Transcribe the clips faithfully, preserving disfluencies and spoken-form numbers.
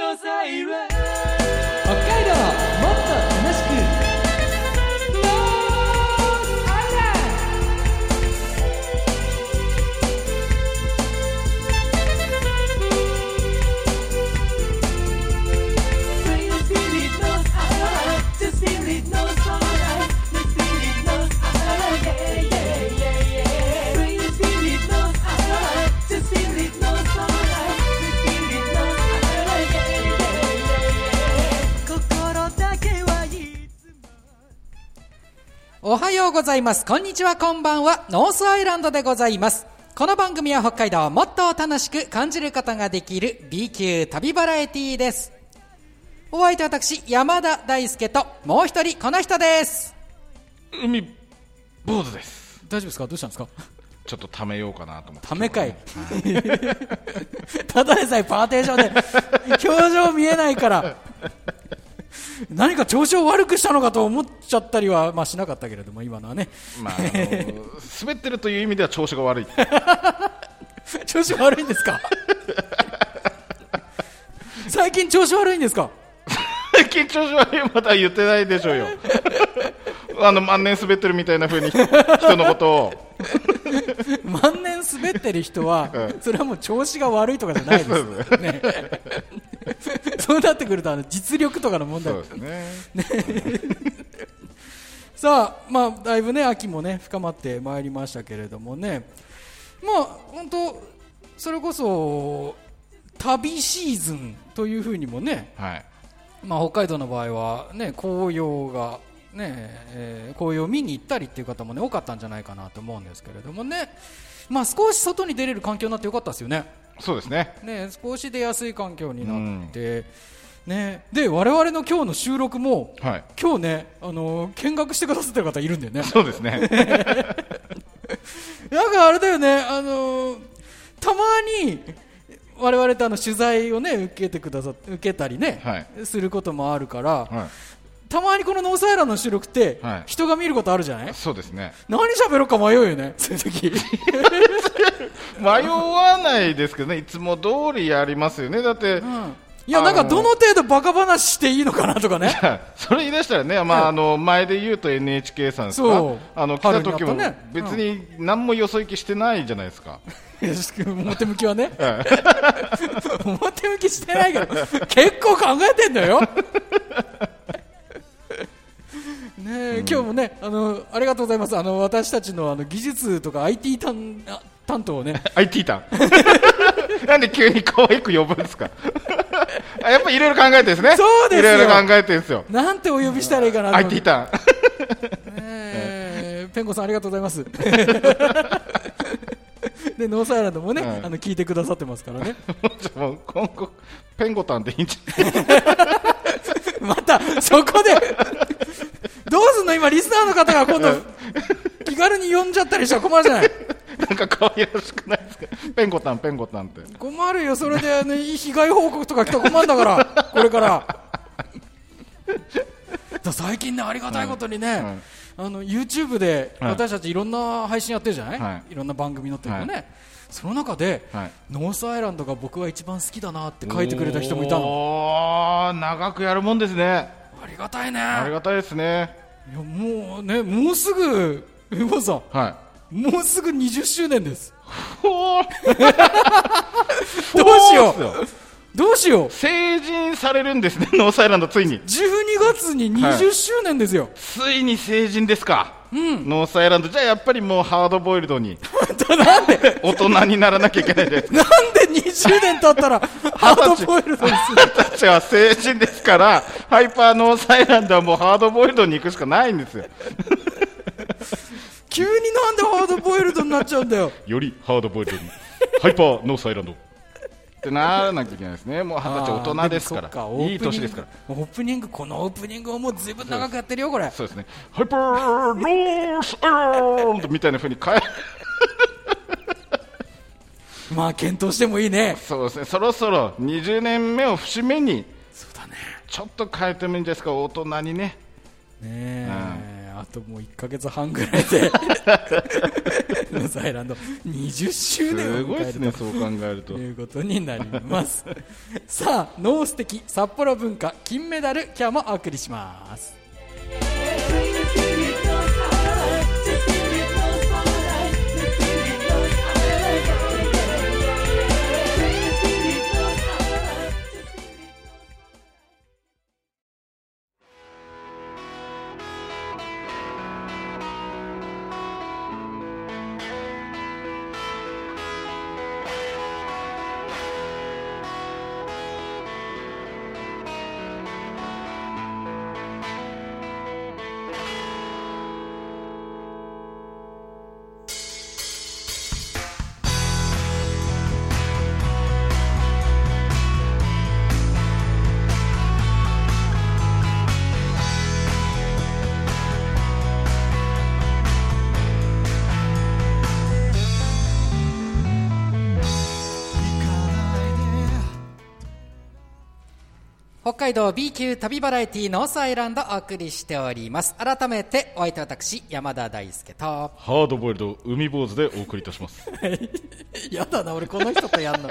ノーサイランド北海道もっと楽しくノーサイランド Bring the spirit knows I The spirit knows alright The spirit knows I Yeah yeah yeah yeah Bring the spirit knows I The spirit knows alright The spirit knows I Yeah yeah yeah yeah 心だけはいつもおはようございます。こんにちは、こんばんは。ノースアイランドでございます。この番組は北海道をもっと楽しく感じることができる B 級旅バラエティーです。お相手は私山田大輔ともう一人この人です。 海坊主です。 大丈夫ですか？どうしたんですか？ ちょっとためようかなと思って。 ためかい、はい、ただでさえパーテーションで表情見えないから何か調子を悪くしたのかと思っちゃったりは、まあ、しなかったけれども、今のはね、 まあ、あの滑ってるという意味では調子が悪い調子悪いんですか？最近調子悪いんですか？ 最近調子悪いまだ言ってないでしょうよあの万年滑ってるみたいな風に人のことを万年滑ってる人は、うん、それはもう調子が悪いとかじゃないです、ね、そうなってくるとあの実力とかの問題ですね。さあ、まあ、だいぶね秋もね深まってまいりましたけれどもね、まあ本当それこそ旅シーズンというふうにもね、はい、まあ、北海道の場合はね紅葉がねえー、紅葉を見に行ったりっていう方もね多かったんじゃないかなと思うんですけれどもね、まあ、少し外に出れる環境になってよかったですよね。 そうですね。 ね、少し出やすい環境になって、ね、で我々の今日の収録も、はい、今日ね、あのー、見学してくださってる方いるんだよね。 そうですねなんかあれだよね、あのー、たまに我々とあの取材をね受けてくださ受けたりね、はい、することもあるから、はい、たまにこのノースアイランドの収録って人が見ることあるじゃない、はい、 そうですね。 何喋ろうか迷うよね、そういう時迷わないですけどね、いつも通りやりますよね。だって、うん、 いやなんかどの程度バカ話していいのかなとかねそれ言い出したらね、まあ、あの前で言うと エヌエイチケー さんですか、あの来た時も別に何もよそ行きしてないじゃないですか。 表向きはね表向きしてないけど結構考えてんだよね、うん、今日もね あのありがとうございます。あの私たち の, あの技術とか アイティー 担, 担当をねアイティー 担なんで急に可愛く呼ぶんですかやっぱりいろいろ考えてるんですね。 そうですよ、 いろいろ考えてるんですよ。 なんてお呼びしたらいいかなとアイティー 担ねペンコさんありがとうございますでノースアイランドもね、うん、あの聞いてくださってますからねもう今後ペンゴタンでいいんじゃないまたそこでどうすんの今リスナーの方が今度気軽に呼んじゃったりしたら困るじゃないなんか可愛らしくないですかペンゴタンペンゴタンって困るよ。それで、ね、被害報告とか来たら困るんだからこれからだ最近ねありがたいことにね、うんうん、あの YouTube で私たちいろんな配信やってるじゃない、はい、いろんな番組載ってるのね、はい、その中で、はい、ノースアイランドが僕は一番好きだなって書いてくれた人もいたの。 おー長くやるもんですね。 ありがたいね。 ありがたいですね。 いやもうねもうすぐエボさん、はい、もうすぐにじゅっしゅうねんですどうしようどうしよう成人されるんですねノースアイランドついにじゅうにがつににじゅっしゅうねんですよ、はい、 ついに成人ですか、うん、ノースアイランドじゃあやっぱりもうハードボイルドになんで大人にならなきゃいけないですなんでにじゅうねん経ったらハードボイルドにする私たちは成人ですからハイパーノースアイランドはもうハードボイルドに行くしかないんですよ急になんでハードボイルドになっちゃうんだよよりハードボイルドにハイパーノースアイランドってならなきゃいけないですね。もう二十歳大人ですからいい年ですから。 オープニングこのオープニングをもうずいぶん長くやってるよこれ。 そうですね。ハイパーノースアイランドみたいな風に変えまあ検討してもいいね。 そうですね。そろそろにじゅうねんめを節目にそうだねちょっと変えてもいいんですか大人にね。 ねえ、うん、あともういっかげつはんぐらいでノースアイランドにじゅっしゅうねんを迎えると、 すごいですね、そう考えるということになりますさあ、ノース的札幌文化金メダル、今日もお送りします。北海道 B 級旅バラエティノースアイランドお送りしております。改めてお相手は私山田大輔とハードボイルド海坊主でお送りいたしますやだな、俺この人とやんの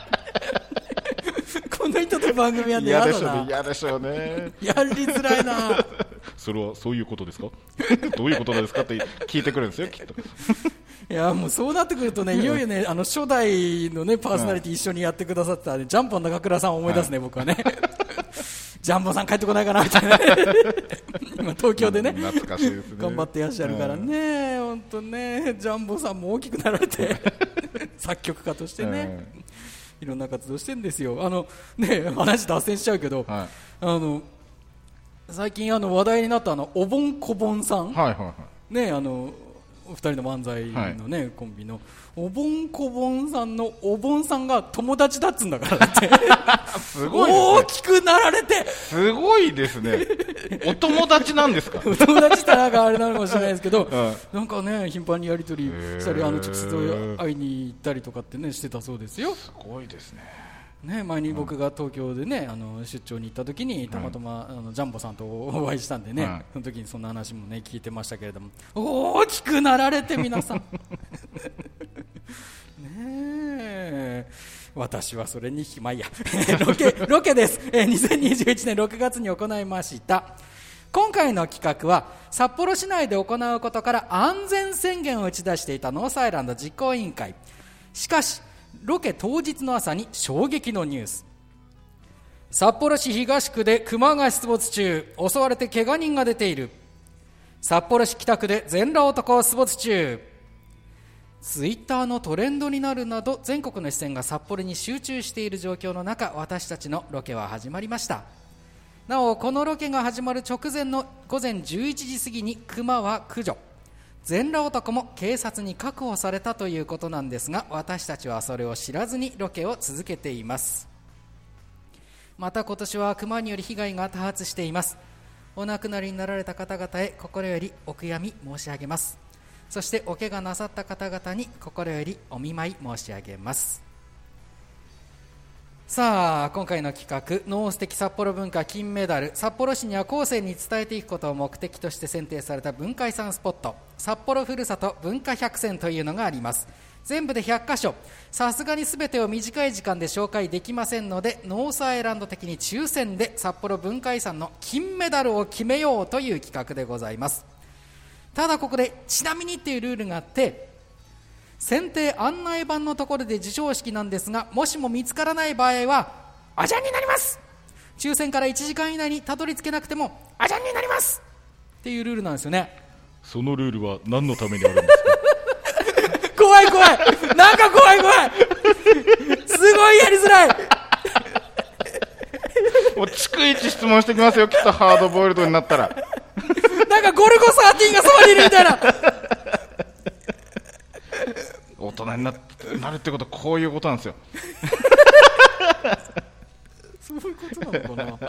この人と番組やんのやだな。 嫌でしょうね、 やりづらいなそれはそういうことですかどういうことですかって聞いてくるんですよきっといやもうそうなってくるとね、いよいよね、あの初代のねパーソナリティ一緒にやってくださった、ね、ジャンポン中倉さんを思い出すね、はい、僕はねジャンボさん帰ってこないかなみたいな今東京でね、 懐かしいですね、 頑張っていらっしゃるからね、本当ね、ジャンボさんも大きくなられて作曲家としてね、いろんな活動してるんですよ。あのね、話脱線しちゃうけど、はい、あの最近あの話題になったあのおぼんこぼんさん、はいはいはい、ね、あのお二人の漫才のね、はい、コンビのおぼんこぼんさんのおぼんさんが友達だっつんだからってすごい、ね、大きくなられてすごいですねお友達なんですかお友達ってなんかあれなのかもしれないですけど、うん、なんかね頻繁にやり取りしたり、あの直接会いに行ったりとかってねしてたそうですよ。 すごいですね。 ね、前に僕が東京でね、あの出張に行った時にたまたま、うん、あのジャンボさんとお会いしたんでね、うん、その時にそんな話もね聞いてましたけれども、大きくなられて皆さんねえ、私はそれに引きまあいいやロケロケです。にせんにじゅういちねんろくがつに行いました。今回の企画は札幌市内で行うことから安全宣言を打ち出していたノースアイランド実行委員会。しかしロケ当日の朝に衝撃のニュース。札幌市東区でクマが出没中、襲われて怪我人が出ている。札幌市北区で全裸男出没中。ツイッターのトレンドになるなど全国の視線が札幌に集中している状況の中、私たちのロケは始まりました。なおこのロケが始まる直前の午前じゅういちじ過ぎにクマは駆除、全裸男も警察に確保されたということなんですが、私たちはそれを知らずにロケを続けています。また今年はクマにより被害が多発しています。お亡くなりになられた方々へ心よりお悔やみ申し上げます。そしてお怪我なさった方々に心よりお見舞い申し上げます。さあ今回の企画、ノース的札幌文化金メダル、札幌市には後世に伝えていくことを目的として選定された文化遺産スポット、札幌ふるさと文化百選というのがあります。全部でひゃっかしょ、さすがに全てを短い時間で紹介できませんので、ノースアイランド的に抽選で札幌文化遺産の金メダルを決めようという企画でございます。ただここでちなみにっていうルールがあって、選定案内板のところで授賞式なんですが、もしも見つからない場合はあじゃんになります。抽選からいちじかん以内にたどり着けなくてもあじゃんになりますっていうルールなんですよね。 そのルールは何のためにあるんですか怖い怖い、なんか怖い怖いすごいやりづらいもう逐一質問してきますよ、きっとハードボイルドになったらなんかゴルゴサーティンがそばにいるみたいな大人になるってことはこういうことなんですよそういうことなのかな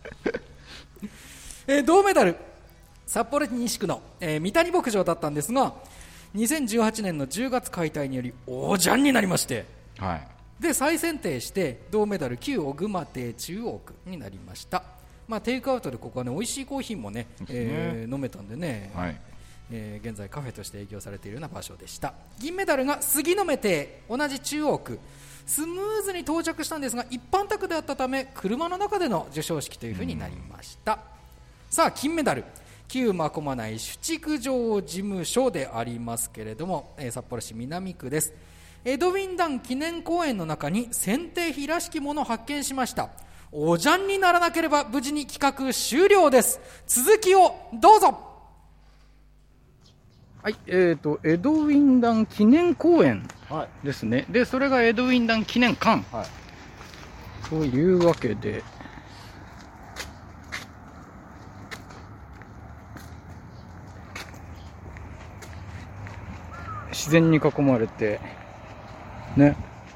えー、銅メダル札幌市西区の、えー、三谷牧場だったんですが、にせんじゅうはちねんのじゅうがつ解体により大ジャンになりまして、はい、で再選定して銅メダル旧小熊亭中央区になりました。まあ、テイクアウトでここはね美味しいコーヒーも ね, ね、えー、飲めたんでね、はい、 えー、現在カフェとして営業されているような場所でした。銀メダルが杉の目邸、同じ中央区。スムーズに到着したんですが一般宅であったため車の中での授賞式というふうになりました、うん、さあ金メダル旧真駒内主築城事務所でありますけれども、えー、札幌市南区です。エドウィン・ダン記念公園の中に剪定碑らしきものを発見しました。おじゃんにならなければ無事に企画終了です。続きをどうぞ。はい、えーと、エドウィン・ダン記念公園ですね、はい、でそれがエドウィン・ダン記念館、はい、というわけで自然に囲まれてね、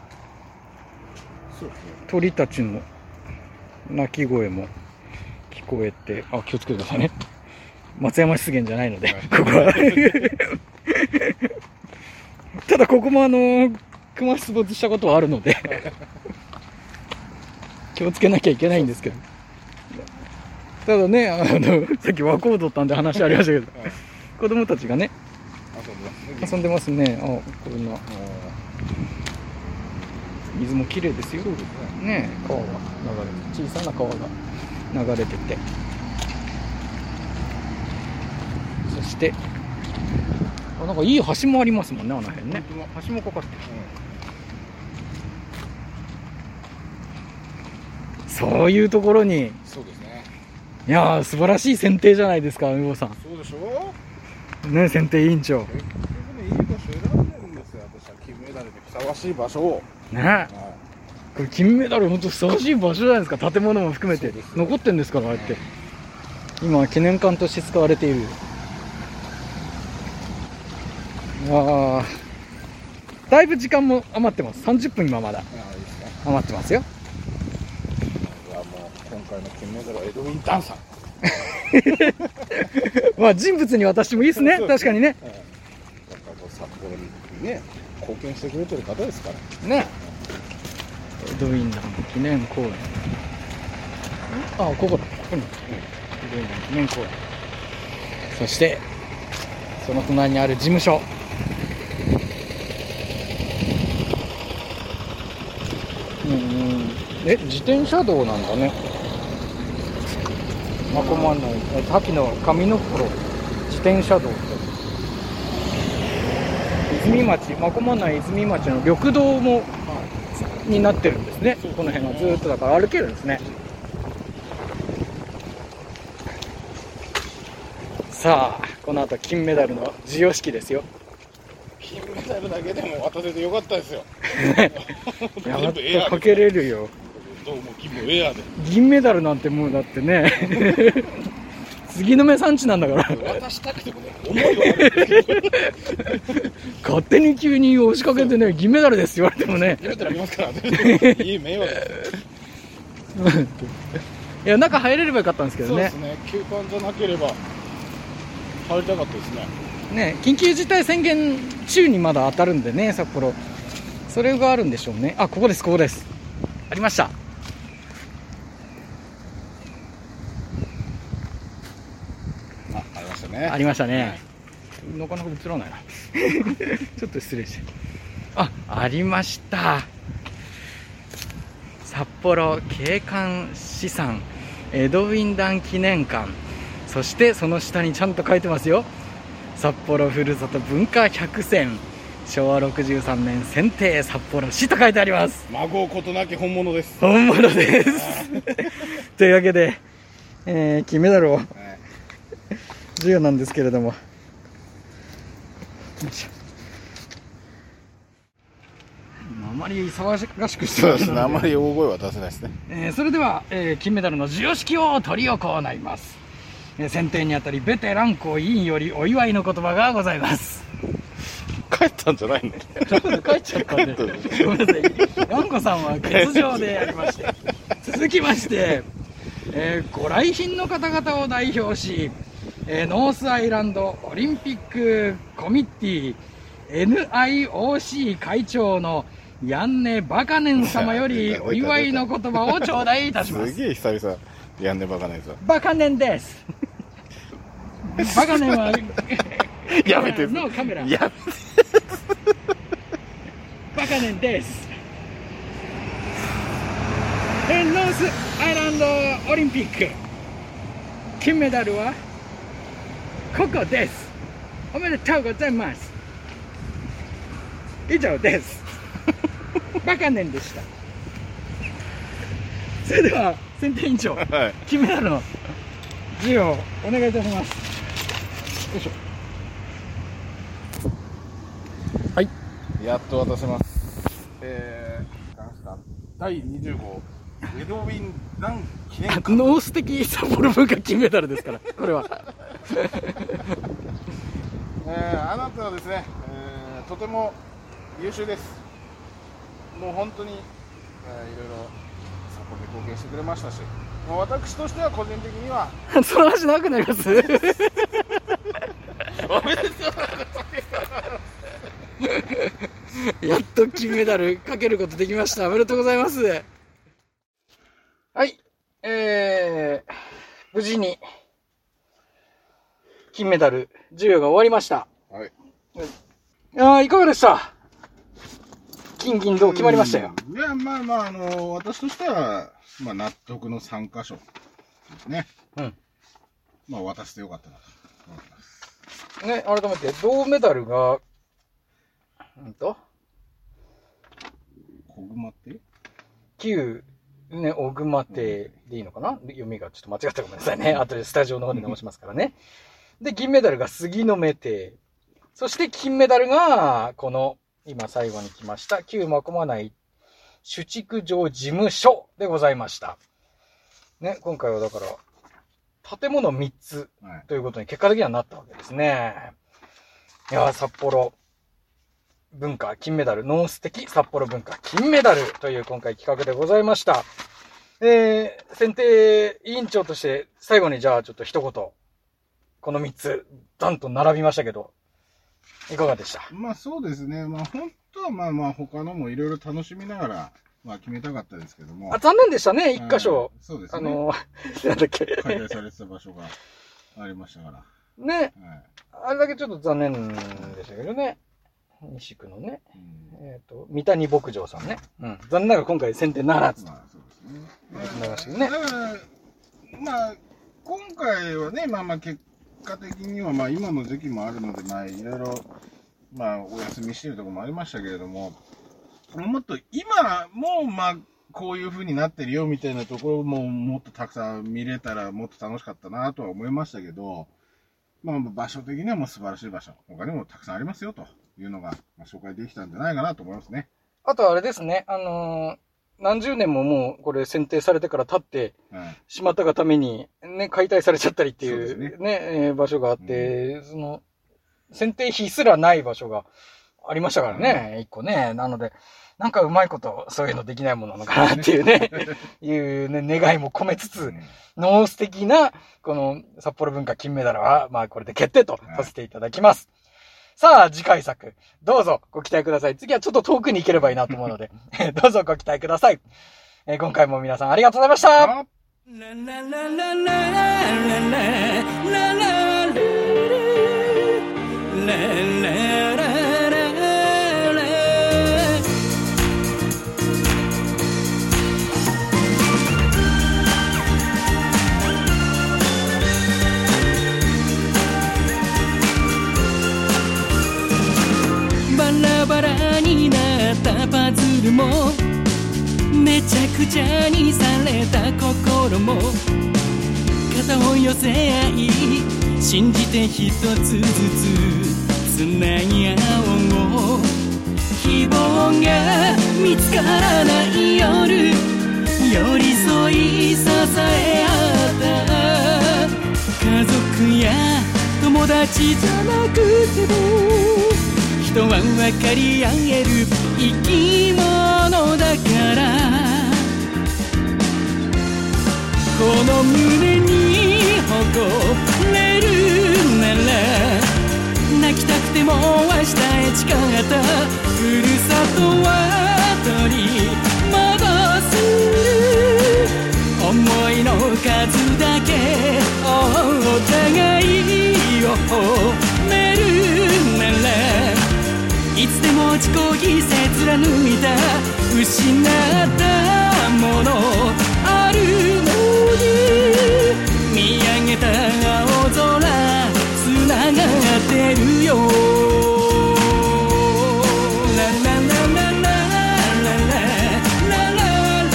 そうですね、鳥たちの鳴き声も聞こえて、あ、気をつけてくださいね、松山湿原じゃないので、はい、ここはただここもあのクマ出没したことはあるので気をつけなきゃいけないんですけど、ただね、あのさっき和光堂ったんで話ありましたけど、はい、子供たちがね遊んでますね。あ、こんな水も綺麗ですよ。そうですね。ね、川が流れて、小さな川が流れてて、そしてあ、なんかいい橋もありますもんね、あの辺ね。橋もかかってる、うん、そういうところに。そうですね。いやー、素晴らしい選定じゃないですか、梅坊さん。そうでしょね、選定委員長。結局ね、いい場所選んでるんですよ、私は。金メダルにふさわしい場所をね、はい、これ金メダル本当ふさわしい場所じゃないですか。建物も含めて残ってるんですから、ああやって今記念館として使われている。ああ、だいぶ時間も余ってます。さんじゅっぷん今まだ余ってますよ。いや、もう今回の金メダルはエドウィン・ダンさんまあ人物に渡してもいいですね。確かにね、だから札幌にね貢献してくれてる方ですからね。エドウィン・ダン記念公園、あ、ここだ、ここにエドウィン・ダン記念公園、そしてその隣にある事務所、うん、え、自転車道なんだね。真駒内、滝の上の頃自転車道って泉町、真駒内泉町の緑道もになってるんですね。この辺はずっとだから歩けるんですね。さあ、この後金メダルの授与式ですよ。金メダルだけでも渡せてよかったですよやっとかけれるよ。どうも銀もエアで銀メダルなんてもうだってね杉の目産地なんだから渡したくてもね、思いはあるんですけど勝手に急に押しかけてね、銀メダルです言われてもね、銀メダルありますからねいい迷惑ですいや、中入れればよかったんですけどね。そうですね、休館じゃなければ入りたかったですね。ね、緊急事態宣言中にまだ当たるんでね、札幌。それがあるんでしょうね。あ、ここです、ここです。ありました。あ、ありましたね。ありましたね。はい、なかなか映らないな。ちょっと失礼して。あ、ありました。札幌景観資産エドウィン・ダン記念館。そしてその下にちゃんと書いてますよ。札幌ふるさと文化百選しょうわろくじゅうさんねん選定札幌市と書いてあります。孫うことなき本物です。本物ですというわけで、えー、金メダルを授与なんですけれども、よいしょ。あまり騒がしくしてそうですね、あまり大声は出せないですね。えー、それでは、えー、金メダルの授与式を執り行います。えー、選定にあたりベテラン校委員よりお祝いの言葉がございます。帰ったんじゃないの？帰っちゃったんでごめんなさい。ランコさんは欠場でありまして続きまして、えー、ご来賓の方々を代表し、えー、ノースアイランドオリンピックコミッティ エヌアイオーシー 会長のヤンネ・バカネン様よりお祝いの言葉を頂戴いたします。すげえ久々、ヤンネ・バカネンさん。バカネンですバカネンはやめてのカメラやめてバカネンです。えノースアイランドオリンピック金メダルはここです。おめでとうございます。以上ですバカネンでした。それでは選定委員長、はい、金メダルの授与をお願いいたします。よいしょ。はい、 やっと渡せます。えー、だいにじゅうごエドウィン・ダン記念館ノース的札幌文化金メダルですからこれはえー、あなたはですね、えー、とても優秀です。もう本当に、えー、いろいろ札幌で貢献してくれましたし、もう私としては個人的にはその話長くなりますおめでとうやっと金メダルかけることできました。おめでとうございます。はい、えー、無事に金メダル授与が終わりました。 はい。 いやいかがでした？金銀銅決まりましたよ。 いや、まあまあ、あの、私としては、まあ納得のさんかしょですね。うん。まあ渡してよかったなと思います。 ね、改めて銅メダルが、うんと、 小熊亭？ 旧ね、小熊亭でいいのかな、読みがちょっと間違ったらごめんなさいね。後でスタジオの方で直しますからね。で、銀メダルが杉の目亭。そして金メダルが、この、今最後に来ました、旧真駒内主築城事務所でございました。ね、今回はだから、建物みっつということに結果的にはなったわけですね。いやー、札幌文化金メダル、ノース的札幌文化金メダルという今回企画でございました。えー、選定委員長として最後にじゃあちょっと一言、このみっつ、ダンと並びましたけど、いかがでした？ まあそうですね。まあ本当はまあまあ他のもいろいろ楽しみながら、まあ決めたかったですけども。 あ、残念でしたね、一箇所。 そうですね。 あの、なんだっけ。 開催されてた場所がありましたから。 ね。はい、あれだけちょっと残念でしたけどね。西区のね。うん、えっ、ー、と、三谷牧場さんね。うん。残念ながら今回選定ならず。まあそうですね。まあ、 だから、まあ、今回はね、まあまあ結果的には、まあ今の時期もあるので、まあいろいろ、まあお休みしてるところもありましたけれども、もっと今もまあこういう風になってるよみたいなところももっとたくさん見れたらもっと楽しかったなとは思いましたけど、まあ場所的にはもう素晴らしい場所、他にもたくさんありますよというのが、まあ、紹介できたんじゃないかなと思いますね。 あとあれですね、あのー、何十年ももうこれ選定されてから経ってしまったがためにね、解体されちゃったりっていうね、ねえー、場所があって、うん、その選定費すらない場所がありましたからね、一、うん、個ね。なので、なんかうまいことそういうのできないものなのかなっていうね、いうね、願いも込めつつ、うん、ノース的なこの札幌文化金メダルは、まあこれで決定とさせていただきます。さあ、次回作、どうぞご期待ください。次はちょっと遠くに行ければいいなと思うので、どうぞご期待ください。えー、今回も皆さんありがとうございました。ラララララララララバラバラになったパズルもめちゃくちゃにされた心も肩を寄せ合い信じて一つずつつなぎ合おう。希望が見つからない夜寄り添い支え合った家族や友達じゃなくても人は分かり合える生き物だからこの胸に誇れるなら泣きたくても明日へ誓ったふるさとは取り戻す思いの数だけお互いを褒めるでも自己犠牲貫いた失ったものあるのに見上げた青空つながってるよラララララララララ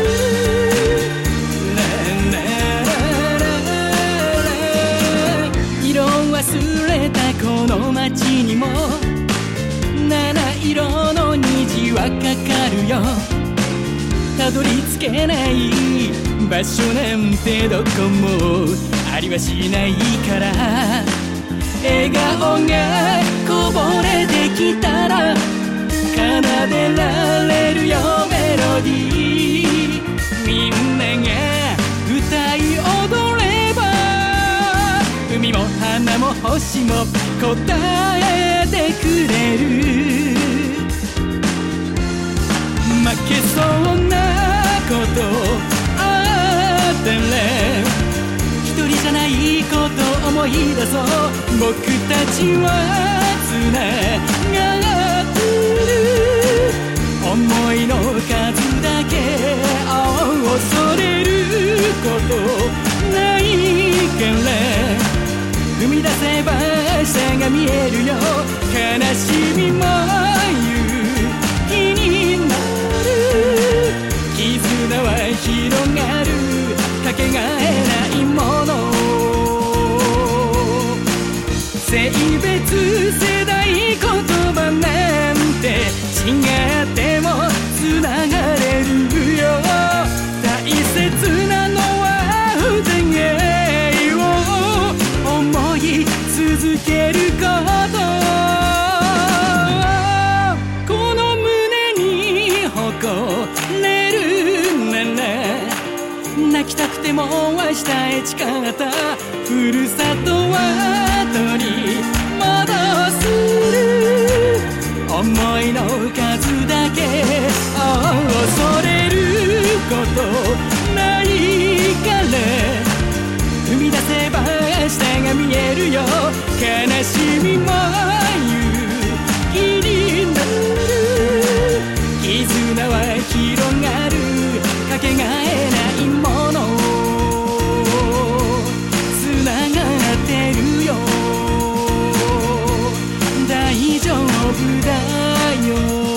色忘れたこの街にも七色の虹はかかるよたどり着けない場所なんてどこもありはしないから笑顔がこぼれてきたら奏でられるよメロディーみんなが歌い踊れば海も花も星も答えてくれる負けそうなことあったら一人じゃないこと思い出そう僕たちはつながってる思いの数だけ恐れることないから踏み出せば下が見えるよ悲しみも勇気になる絆は広がるかけがえないもの性別世代言葉なんて違ってもつながれるよ大切なのはお互いを思い続けることこの胸に誇れるなら泣きたくても明日へ誓ったふるさとは取り戻す思いの数だけ恐れることないから踏み出せば明日が見えるよ悲しみも勇気になる絆は広がるかけがえないものつながってるよ大丈夫だよ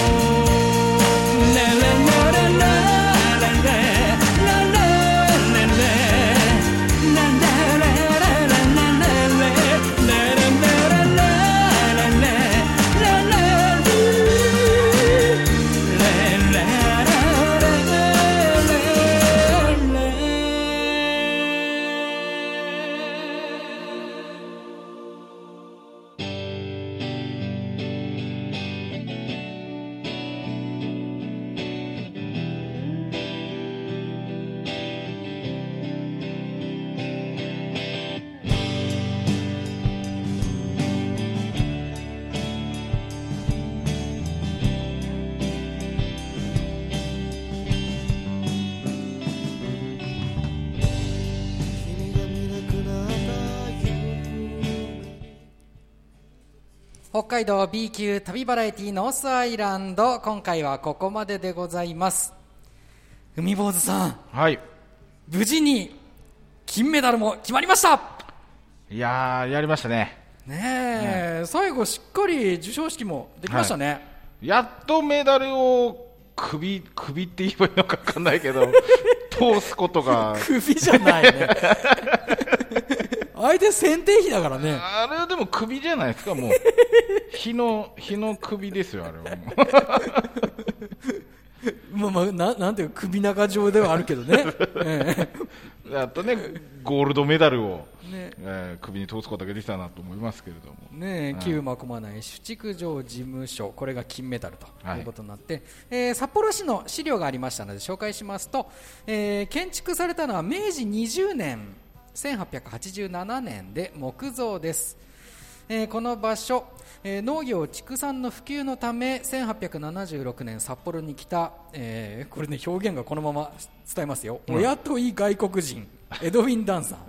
北海道 B 級旅バラエティノースアイランド今回はここまででございます。海坊主さん、 はい、 無事に金メダルも決まりました。 いやーやりましたね。 ねえ、うん、最後しっかり授賞式もできましたね、はい、 やっとメダルを首首って言えばいいのか分かんないけど通すことが首じゃないね相手選定費だからね。 あれはでも首じゃないですか。もう日の日の首ですよあれはもうまあまあ、な, なんていうか首長状ではあるけどねやっとねゴールドメダルを、ねえー、首に通すことができたなと思いますけれどもね、 うん、 旧真駒内主築城事務所これが金メダルということになって、はい、えー、札幌市の資料がありましたので紹介しますと、えー、建築されたのは明治にじゅうねんせんはっぴゃくはちじゅうななねんで木造です。えー、この場所、えー、農業畜産の普及のためせんはっぴゃくななじゅうろくねん札幌に来た、えー、これね表現がこのまま伝えますよ、うん、お雇い外国人エドウィン・ダンさん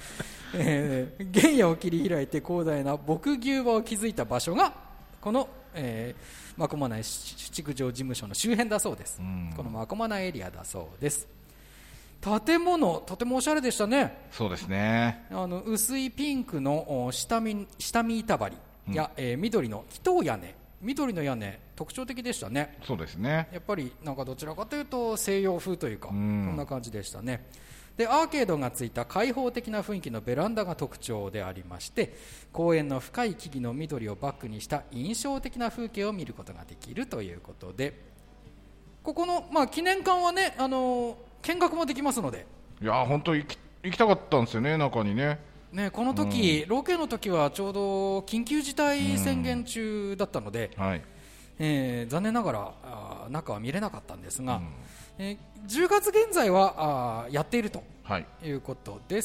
えー、原野を切り開いて広大な牧牛場を築いた場所がこの、 えー、真駒内築城事務所の周辺だそうです。この真駒内エリアだそうです。建物とてもおしゃれでしたね。 そうですね。 あの薄いピンクの下見、下見板張りや、うん、えー、緑の一屋根、緑の屋根特徴的でしたね。 そうですね。 やっぱりなんかどちらかというと西洋風というか、うん、こんな感じでしたね。でアーケードがついた開放的な雰囲気のベランダが特徴でありまして、公園の深い木々の緑をバックにした印象的な風景を見ることができるということで、ここの、まあ、記念館はね、あのー、見学もできますので。いや本当行き、行きたかったんですよね、中にね。 ね、この時、うん、ロケの時はちょうど緊急事態宣言中だったので、うん、はい、えー、残念ながらあ中は見れなかったんですが、うん、えー、じゅうがつ現在はあやっているということです、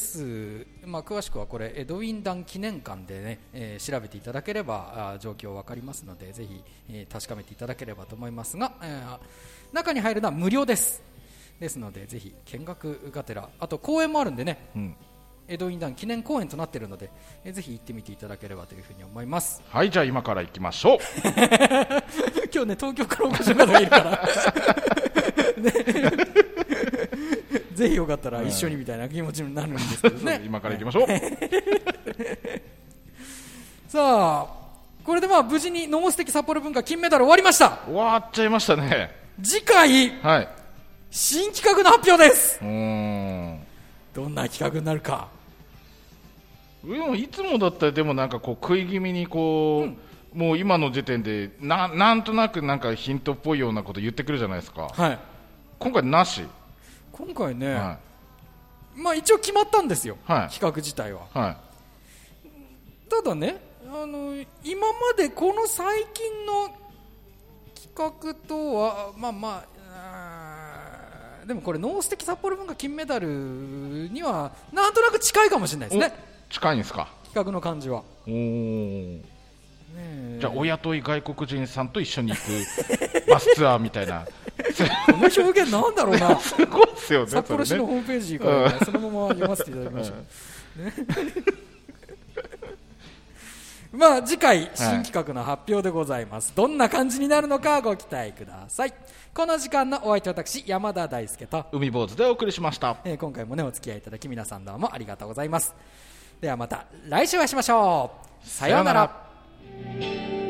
まあ、詳しくはこれエドウィンダン記念館で、ね、えー、調べていただければあ状況分かりますので、ぜひ、えー、確かめていただければと思いますが、えー、中に入るのは無料ですですので、ぜひ見学がてら、あと公園もあるんでね、うん、エドウィンダン記念公園となっているので、えー、ぜひ行ってみていただければというふうに思います。 はい、じゃあ今から行きましょう今日ね、東京からお越しの方がいるからね、ぜひよかったら一緒にみたいな気持ちになるんですけどね今から行きましょうさあ、これでまあ無事にノース的札幌文化金メダル終わりました。 終わっちゃいましたね。 次回、はい、新企画の発表です。 うーん、 どんな企画になるか。 でもいつもだったらでもなんかこう食い気味にこう、うん、もう今の時点で な, なんとなくなんかヒントっぽいようなこと言ってくるじゃないですか。 はい、 今回なし。 今回ね、 はい、まあ一応決まったんですよ、はい、企画自体は、 はい、 ただね、あの今までこの最近の企画とはまあまあ、でもこれノース的札幌文化金メダルにはなんとなく近いかもしれないですね。 近いんですか、 企画の感じは。 おー、ね、じゃあお雇い外国人さんと一緒に行くバスツアーみたいなこの表現なんだろうなすごいっすよね。 札幌市のホームページから、ね、うん、そのまま読ませていただきましょう、ねまあ次回新企画の発表でございます、はい、どんな感じになるのかご期待ください。この時間のお相手は私山田大輔と海坊主でお送りしました、 えー、今回もねお付き合いいただき皆さんどうもありがとうございます。ではまた来週お会いしましょう。さようなら。